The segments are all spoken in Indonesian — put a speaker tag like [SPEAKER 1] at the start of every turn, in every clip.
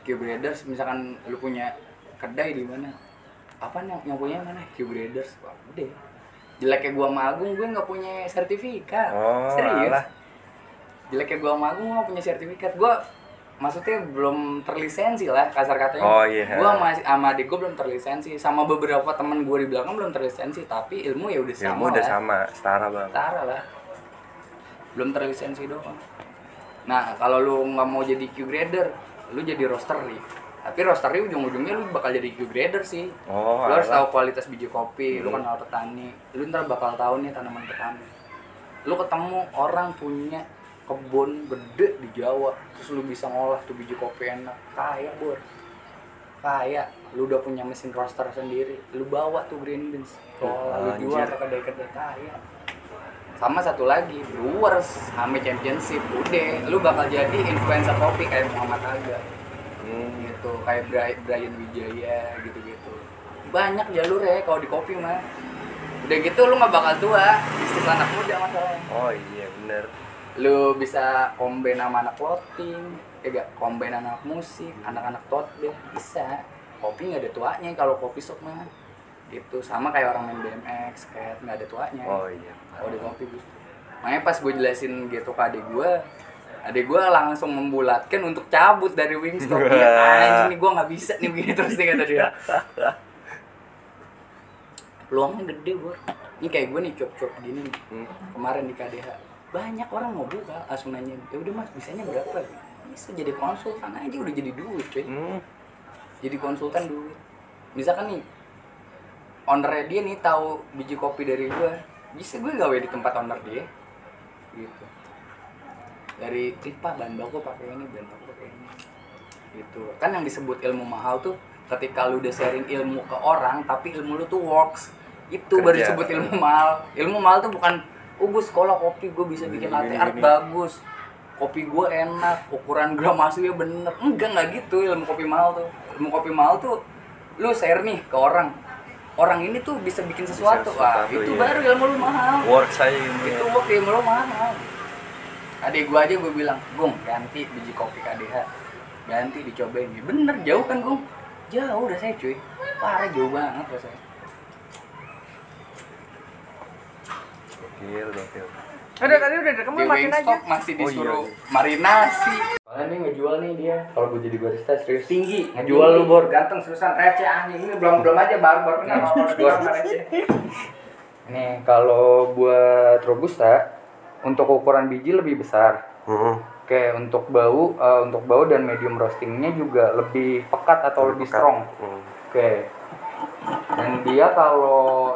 [SPEAKER 1] Q-Breeders misalkan lu punya kedai di mana, apa yang punya mana Q-Breeders, wah udah jeleknya gua sama Agung gue nggak punya sertifikat. Serius
[SPEAKER 2] alah.
[SPEAKER 1] jeleknya gua sama Agung nggak punya sertifikat. Gua maksudnya belum terlisensi lah kasar katanya.
[SPEAKER 2] Iya.
[SPEAKER 1] Gua masih sama adik gua belum terlisensi, sama beberapa teman gua di belakang belum terlisensi, tapi ilmu ya udah sama.
[SPEAKER 2] Ilmu udah sama, setara bang.
[SPEAKER 1] Setara lah, belum terlisensi doang. Nah kalau lu nggak mau jadi Q-grader, lu jadi roastery. Tapi roastery ujung-ujungnya lu bakal jadi Q-grader sih. Lu harus tahu kualitas biji kopi, lu kenal petani, lu ntar bakal tahu nih tanaman petani. Lu ketemu orang punya kebun gede di Jawa, terus lu bisa ngolah tuh biji kopi enak, kaya bor, kaya. Lu udah punya mesin roaster sendiri, lu bawa tuh green beans, lu jual ke kedai-kedai, kaya. Sama satu lagi, Brewers, Ame Championship, udah, lu bakal jadi influencer kopi kayak Muhammad Aga, gitu, kayak Brian Wijaya, gitu-gitu. Banyak jalur ya kalau di kopi mah. Udah gitu lu nggak bakal tua, istilah anak muda masalahnya.
[SPEAKER 2] Oh iya bener.
[SPEAKER 1] Lu bisa combine sama anak clothing, combine anak musik, anak-anak tote bag, bisa. Kopi nggak ada tuanya kalau kopi shop mah. Gitu, sama kayak orang main BMX, kayak nggak ada tuanya.
[SPEAKER 2] Oh iya.
[SPEAKER 1] Kalau di kopi gitu. Makanya pas gue jelasin gitu ke adik gue langsung membulatkan untuk cabut dari Wingstop. Anjing nih gue nggak bisa nih begini terus nih kata dia. Peluangnya gede bor. Ini kayak gue nih cop-cop gini nih. Kemarin di KDH banyak orang mau buka, langsung nanya, ya udah mas bisanya berapa? Bisa jadi konsultan aja udah jadi duit cuy. Jadi konsultan duit. Misalkan nih ownernya dia nih tahu biji kopi dari gue, bisa gue gawe di tempat owner dia gitu. Dari tipa bahan baku pakai ini, bahan baku pakai ini gitu. Kan yang disebut ilmu mahal tuh ketika lu udah sharing ilmu ke orang tapi ilmu lu tuh works, itu baru disebut ilmu mahal. Ilmu mahal tuh bukan gue sekolah kopi gue bisa bikin latte art bagus, kopi gue enak, ukuran gramasinya bener. Enggak gitu ilmu kopi mahal tuh. Ilmu kopi mahal tuh lu share nih ke orang ini tuh bisa bikin sesuatu. Wah itu iya. Baru ilmu lu mahal.
[SPEAKER 2] Work saya
[SPEAKER 1] itu work ilmu lu mahal. Adik gue aja gue bilang, Gung ganti biji kopi KDH, ganti dicobain. Bener jauh kan Gung? Jauh udah saya cuy, parah jauh banget rasanya.
[SPEAKER 2] Gokil.
[SPEAKER 3] Tadi udah kamu matiin aja.
[SPEAKER 1] Masih disuruh marinasi. Soalnya nih ngejual nih dia. Kalau gue jadi barista serius tinggi. Ngejual lu bor, ganteng seriusan receh anjing. Ini belum aja baru kenal sama receh. Nih kalau buat robusta untuk ukuran biji lebih besar. Oke, untuk bau dan medium roastingnya juga lebih pekat atau lebih strong. Oke. Dan dia kalau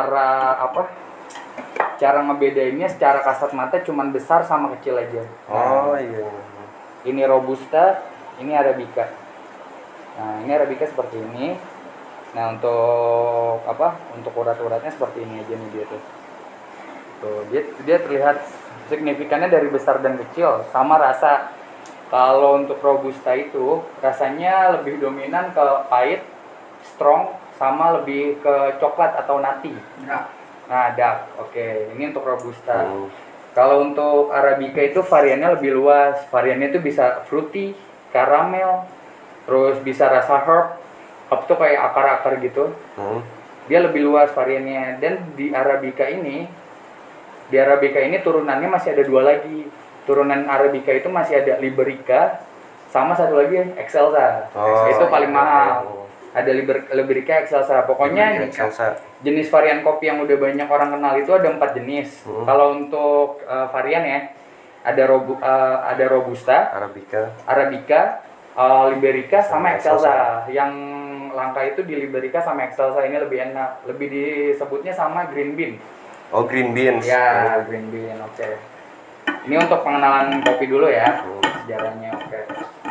[SPEAKER 1] cara ngebedainnya secara kasat mata cuman besar sama kecil aja.
[SPEAKER 2] Oh iya.
[SPEAKER 1] Ini robusta, ini arabica. Nah, ini arabica seperti ini. Nah, untuk urat-uratnya seperti ini aja nih dia tuh. Tuh, dia terlihat signifikannya dari besar dan kecil sama rasa. Kalau untuk robusta itu rasanya lebih dominan ke pahit, strong, sama lebih ke coklat atau nutty. Nah, dark. Oke, ini untuk robusta. Kalau untuk arabica itu variannya lebih luas. Variannya itu bisa fruity, caramel, terus bisa rasa herb tuh kayak akar-akar gitu. Dia lebih luas variannya. Dan di arabica ini turunannya masih ada 2 lagi. Turunan arabica itu masih ada liberica sama satu lagi excelsa. Itu paling mahal. Ada liberica, excelsa. Pokoknya jenis varian kopi yang udah banyak orang kenal itu ada 4 jenis. Kalau untuk varian ya, ada robusta, arabica, liberica sama excelsa. Yang langka itu di liberica sama excelsa, ini lebih enak. Lebih disebutnya sama green bean.
[SPEAKER 2] Oh, green beans.
[SPEAKER 1] Ya, green bean. Oke. Ini untuk pengenalan kopi dulu ya. Sejarahnya oke.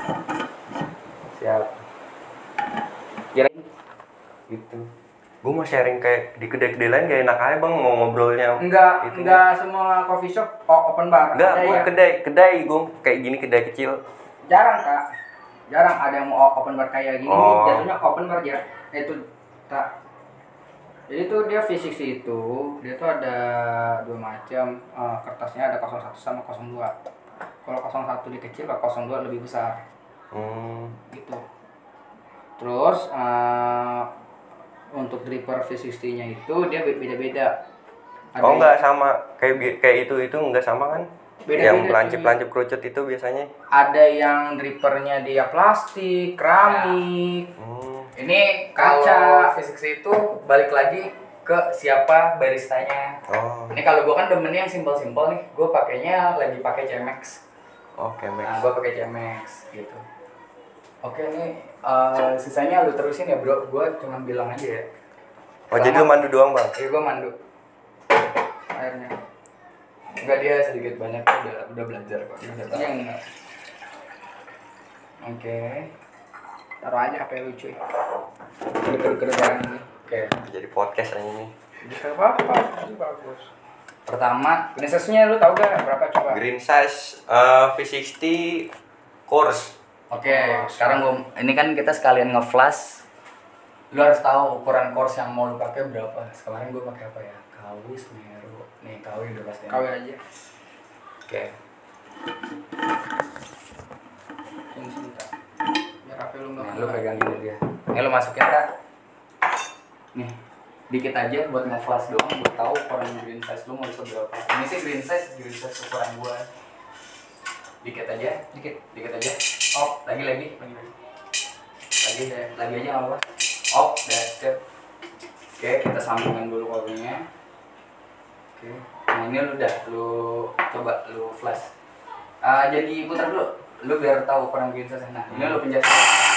[SPEAKER 1] Siap. Gitu.
[SPEAKER 2] Gue mau sharing kayak di kedai-kedai lain gak enak aja bang mau ngobrolnya.
[SPEAKER 3] Enggak semua coffee shop open bar.
[SPEAKER 2] Enggak, gue kedai gue kayak gini, kedai kecil.
[SPEAKER 3] Jarang kak, jarang ada yang mau open bar kayak gini. Jatuhnya open bar ya. Itu tak. Jadi tuh dia V6 itu, dia tuh ada 2 macam kertasnya, ada 01 sama 02. Kalau 01 di kecil, kalau 02 lebih besar. Gitu. Terus untuk dripper V60-nya itu dia beda-beda.
[SPEAKER 2] Oh enggak sama kayak itu enggak sama kan?
[SPEAKER 3] Beda-beda,
[SPEAKER 2] Yang lancip-lancip kerucut itu biasanya.
[SPEAKER 3] Ada yang drippernya dia plastik, keramik.
[SPEAKER 1] Ini
[SPEAKER 3] Kaca.
[SPEAKER 1] kalau V60 itu balik lagi ke siapa baristanya.
[SPEAKER 2] Oh.
[SPEAKER 1] Ini kalau gua kan demennya yang simpel-simpel nih, gua pakainya lagi pakai Chemex.
[SPEAKER 2] Oke, Max.
[SPEAKER 1] Nah, gua pakai Chemex gitu. Oke nih, sisanya lu terusin ya bro, gua cuma bilang aja ya.
[SPEAKER 2] Oh, jadi lu mandu doang, Bang?
[SPEAKER 1] Iya, gua mandu. Airnya. Enggak, dia sedikit banyak udah belajar kok.
[SPEAKER 3] Iya enggak.
[SPEAKER 1] Oke.
[SPEAKER 3] Taruh aja HP lu cuy. Gede-gede ini.
[SPEAKER 1] Oke.
[SPEAKER 2] Jadi podcast aja ini.
[SPEAKER 3] Bisa apa-apa, ini bagus. Pertama, Genesisnya lu tahu gak berapa coba?
[SPEAKER 2] Green size V60 course.
[SPEAKER 1] Oke, sekarang ini kan kita sekalian nge-flash. Lu harus tahu ukuran course yang mau lu pakai berapa. Kemarin gua pakai apa ya? KW Semeru. Nih, KW udah pasti.
[SPEAKER 3] KW aja.
[SPEAKER 1] Oke.
[SPEAKER 3] Ini sebentar. Biar HP lu enggak.
[SPEAKER 1] Nah, lu pegang dulu dia. Lu masukin Kak. Nih, dikit aja buat nge-flash doang, buat tahu ukuran green size lu mau seberapa. Ini sih green size ukuran gua. Dikit aja. Dikit aja. Lagi lagi deh, lagi aja nggak apa. Udah, sip. Oke, kita sambungkan dulu kabelnya. Oke, nah ini lu coba lu flash. Jadi putar dulu, lu biar tahu ukuran green size. Nah, ini lu pencet.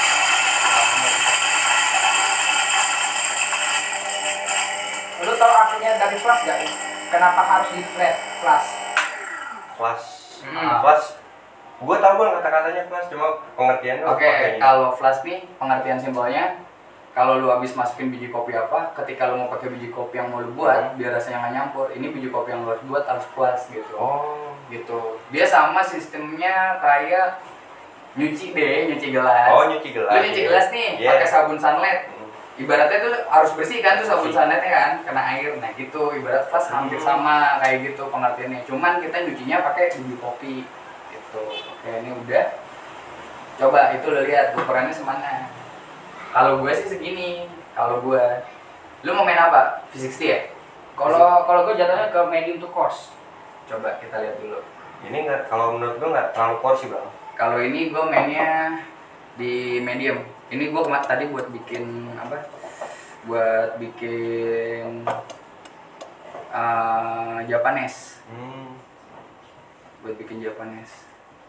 [SPEAKER 1] Lu tahu artinya dari flash gak? Kenapa harus di flash?
[SPEAKER 2] Flash. Gua tahu Bang kata-katanya flash, cuma pengertiannya
[SPEAKER 1] Oke, kalau flash nih pengertian simpelnya, kalau lu habis masukin biji kopi apa, ketika lu mau pakai biji kopi yang mau lu buat, biar rasanya nggak nyampur, ini biji kopi yang lu harus buat harus flash gitu.
[SPEAKER 2] Oh.
[SPEAKER 1] Gitu. Dia sama sistemnya kayak nyuci gelas.
[SPEAKER 2] Oh, nyuci gelas.
[SPEAKER 1] Lu nyuci gelas nih, pakai sabun sunlight. Ibaratnya tuh harus bersih kan tuh sabun sunlightnya kan, kena air. Nah gitu, ibarat flash hampir sama kayak gitu pengertiannya. Cuman kita nyucinya pakai biji kopi. Gitu. Oke, ini udah. Coba itu lo lihat ukurannya semana. Kalau gue sih segini. Kalau gue, lu mau main apa? V60 ya?
[SPEAKER 3] Kalau gue jatuhnya ke medium to coarse.
[SPEAKER 1] Coba kita lihat dulu.
[SPEAKER 2] Ini nggak, kalau menurut gua nggak terlalu coarse sih Bang.
[SPEAKER 1] Kalau ini gue mainnya di medium. Ini gue tadi buat bikin apa? Buat bikin Japanese. Buat bikin Japanese.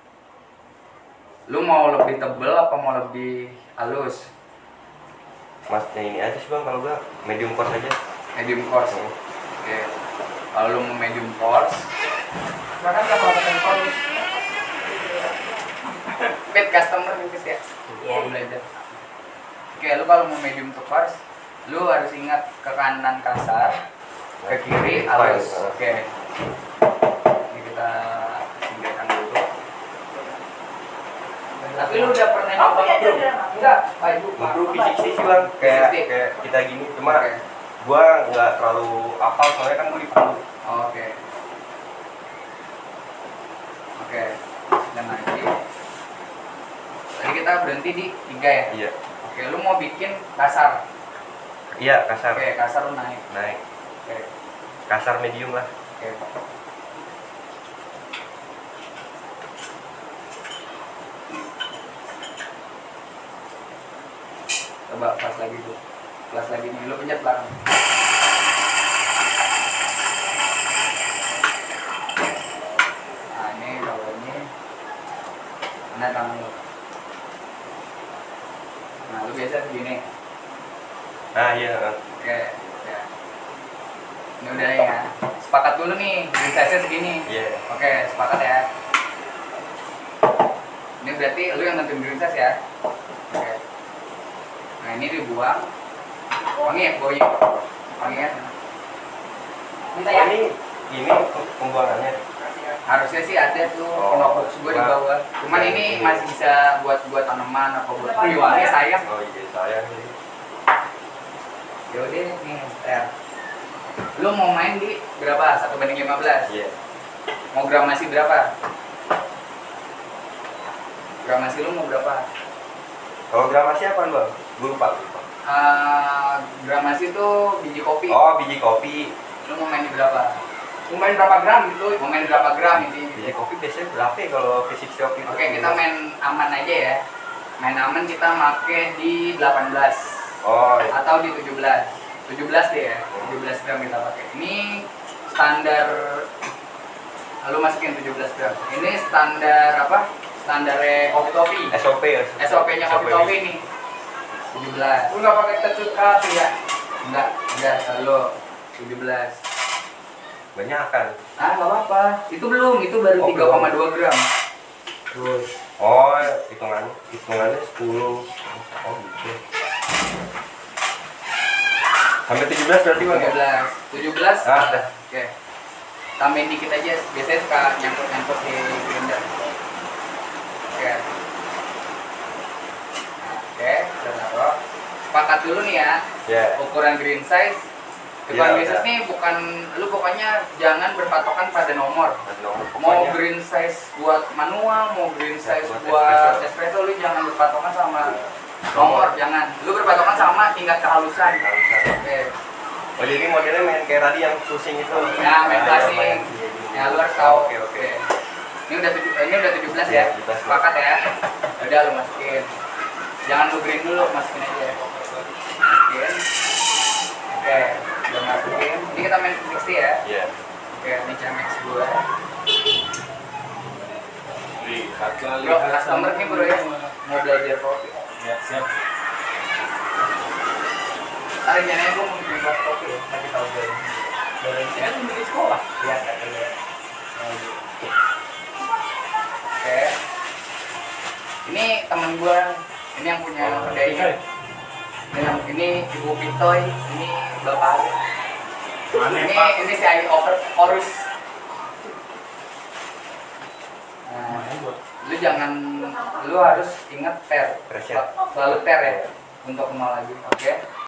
[SPEAKER 1] Lu mau lebih tebel apa mau lebih halus?
[SPEAKER 2] Masnya ini aja sih Bang, kalau gua medium coarse aja.
[SPEAKER 1] Medium coarse. Oke. Kalau lu mau medium coarse,
[SPEAKER 3] Bahkan kalau pakai coarse,
[SPEAKER 1] pet customer mungkin ya. Mau belajar. Oke, lu kalau mau medium to coarse, lu harus ingat ke kanan kasar, ke kiri halus. Oke. Ini kita singkirkan dulu. Tapi lu udah pernah nyoba bro? Enggak,
[SPEAKER 2] Bro V60 sih Bang, kayak kita gini, cuma gua nggak terlalu hafal soalnya kan gua di Palu.
[SPEAKER 1] Oke. Oke. Dan lagi. Tadi kita berhenti di 3 ya?
[SPEAKER 2] Iya.
[SPEAKER 1] Oke, lu mau bikin kasar.
[SPEAKER 2] Iya, kasar.
[SPEAKER 1] Oke, kasar lu naik. Oke.
[SPEAKER 2] Kasar medium lah.
[SPEAKER 1] Oke. Coba pas lagi tuh. Pas lagi nih, lu pencet belakang. Nah, ini kalau ini mana tangan lu? Nah, lu biasa segini.
[SPEAKER 2] Nah, iya.
[SPEAKER 1] Oke, ya. Ini udah ya. Sepakat dulu nih, green size-nya segini.
[SPEAKER 2] Iya.
[SPEAKER 1] Oke, sepakat ya. Ini berarti lu yang nentuin green size ya. Oke. Nah, ini dibuang. Wangi ya, baunya. Wangi ya. Minta ya.
[SPEAKER 2] Ini pembuangannya.
[SPEAKER 1] Harusnya sih ada tuh box gua di bawah. Cuman ini masih bisa buat tanaman atau buat wangi sayang.
[SPEAKER 2] Oh iya, sayang sih.
[SPEAKER 1] Yaudah nih, lu mau main di berapa? 1:15?
[SPEAKER 2] Iya.
[SPEAKER 1] Mau gramasi berapa? Gramasi lu mau berapa?
[SPEAKER 2] Kalau gramasi apa bang? Gue lupa.
[SPEAKER 3] Gramasi itu biji kopi.
[SPEAKER 2] Oh, biji kopi.
[SPEAKER 3] Lu mau main di berapa? Mau main berapa gram gitu? Mau main berapa gram ini?
[SPEAKER 2] Biji kopi biasanya berapa ya kalau fisik shop itu?
[SPEAKER 3] Oke, kita main aman aja ya. Main aman kita make di 18.
[SPEAKER 2] Oh, iya.
[SPEAKER 3] Atau di 17. 17 deh ya. 17 gram kita pakai. Ini standar, lu masukin 17 gram. Ini standar apa? Standarnya kopi.
[SPEAKER 2] SOP ya.
[SPEAKER 3] SOP-nya kopi nih. 17. Lu nggak pakai kecut kafe ya? Enggak, lu 17.
[SPEAKER 2] Banyak kan?
[SPEAKER 3] Ah, nggak apa-apa. Itu belum, itu baru
[SPEAKER 2] Oh,
[SPEAKER 3] 3,2 gram. Terus
[SPEAKER 2] Oh, hitungannya 10. Oh, gitu. Sampai 17 berarti bang ya?
[SPEAKER 3] 17.
[SPEAKER 2] Ah, dah.
[SPEAKER 3] Oke. Tambahin dikit aja. Biasanya suka nyangkut-nyangkut di blender. Oke. Oke, udah taruh. Sepakat dulu nih ya.
[SPEAKER 2] Ya.
[SPEAKER 3] Ukuran green size.
[SPEAKER 2] Iya,
[SPEAKER 3] Ukuran green size
[SPEAKER 2] udah.
[SPEAKER 3] nih bukan, lu pokoknya jangan berpatokan pada nomor. Mau
[SPEAKER 2] Pokoknya
[SPEAKER 3] green size buat manual, mau green size
[SPEAKER 2] buat
[SPEAKER 3] buat
[SPEAKER 2] espresso.
[SPEAKER 3] espresso, lu jangan berpatokan sama nomor, jangan. Lu berpatokan sama tingkat kehalusan. Oke.
[SPEAKER 2] Oh, jadi modelnya main kayak tadi yang pusing itu.
[SPEAKER 3] Ya, main flashing.
[SPEAKER 2] iya,
[SPEAKER 3] Ya, lu harus tahu.
[SPEAKER 2] Oke.
[SPEAKER 3] Ini udah 17
[SPEAKER 2] Iya,
[SPEAKER 3] ya.
[SPEAKER 2] 17.
[SPEAKER 3] Sepakat ya. Udah lu masukin. Jangan lu green dulu, masukin aja. Masukin. Oke, udah masukin. Ini kita main 60 ya.
[SPEAKER 2] Iya.
[SPEAKER 3] Oke, ini Chemex gua.
[SPEAKER 4] Lihat lah,
[SPEAKER 3] Bro, customer nih bro ya. Mau belajar kopi.
[SPEAKER 4] Ya, siap.
[SPEAKER 3] Hari ini gue mau bikin kelas kopi ya, lagi tahu dari. Dari sini kan bikin sekolah. Iya, katanya. Oke. Ini teman gue, ini yang punya kedainya. Ini Ibu Pitoy, ini Bapak. Ini si Ali Horus. Nah, lu jangan, lu harus ingat ter,
[SPEAKER 2] Preset.
[SPEAKER 3] selalu ter ya untuk kenal lagi, oke?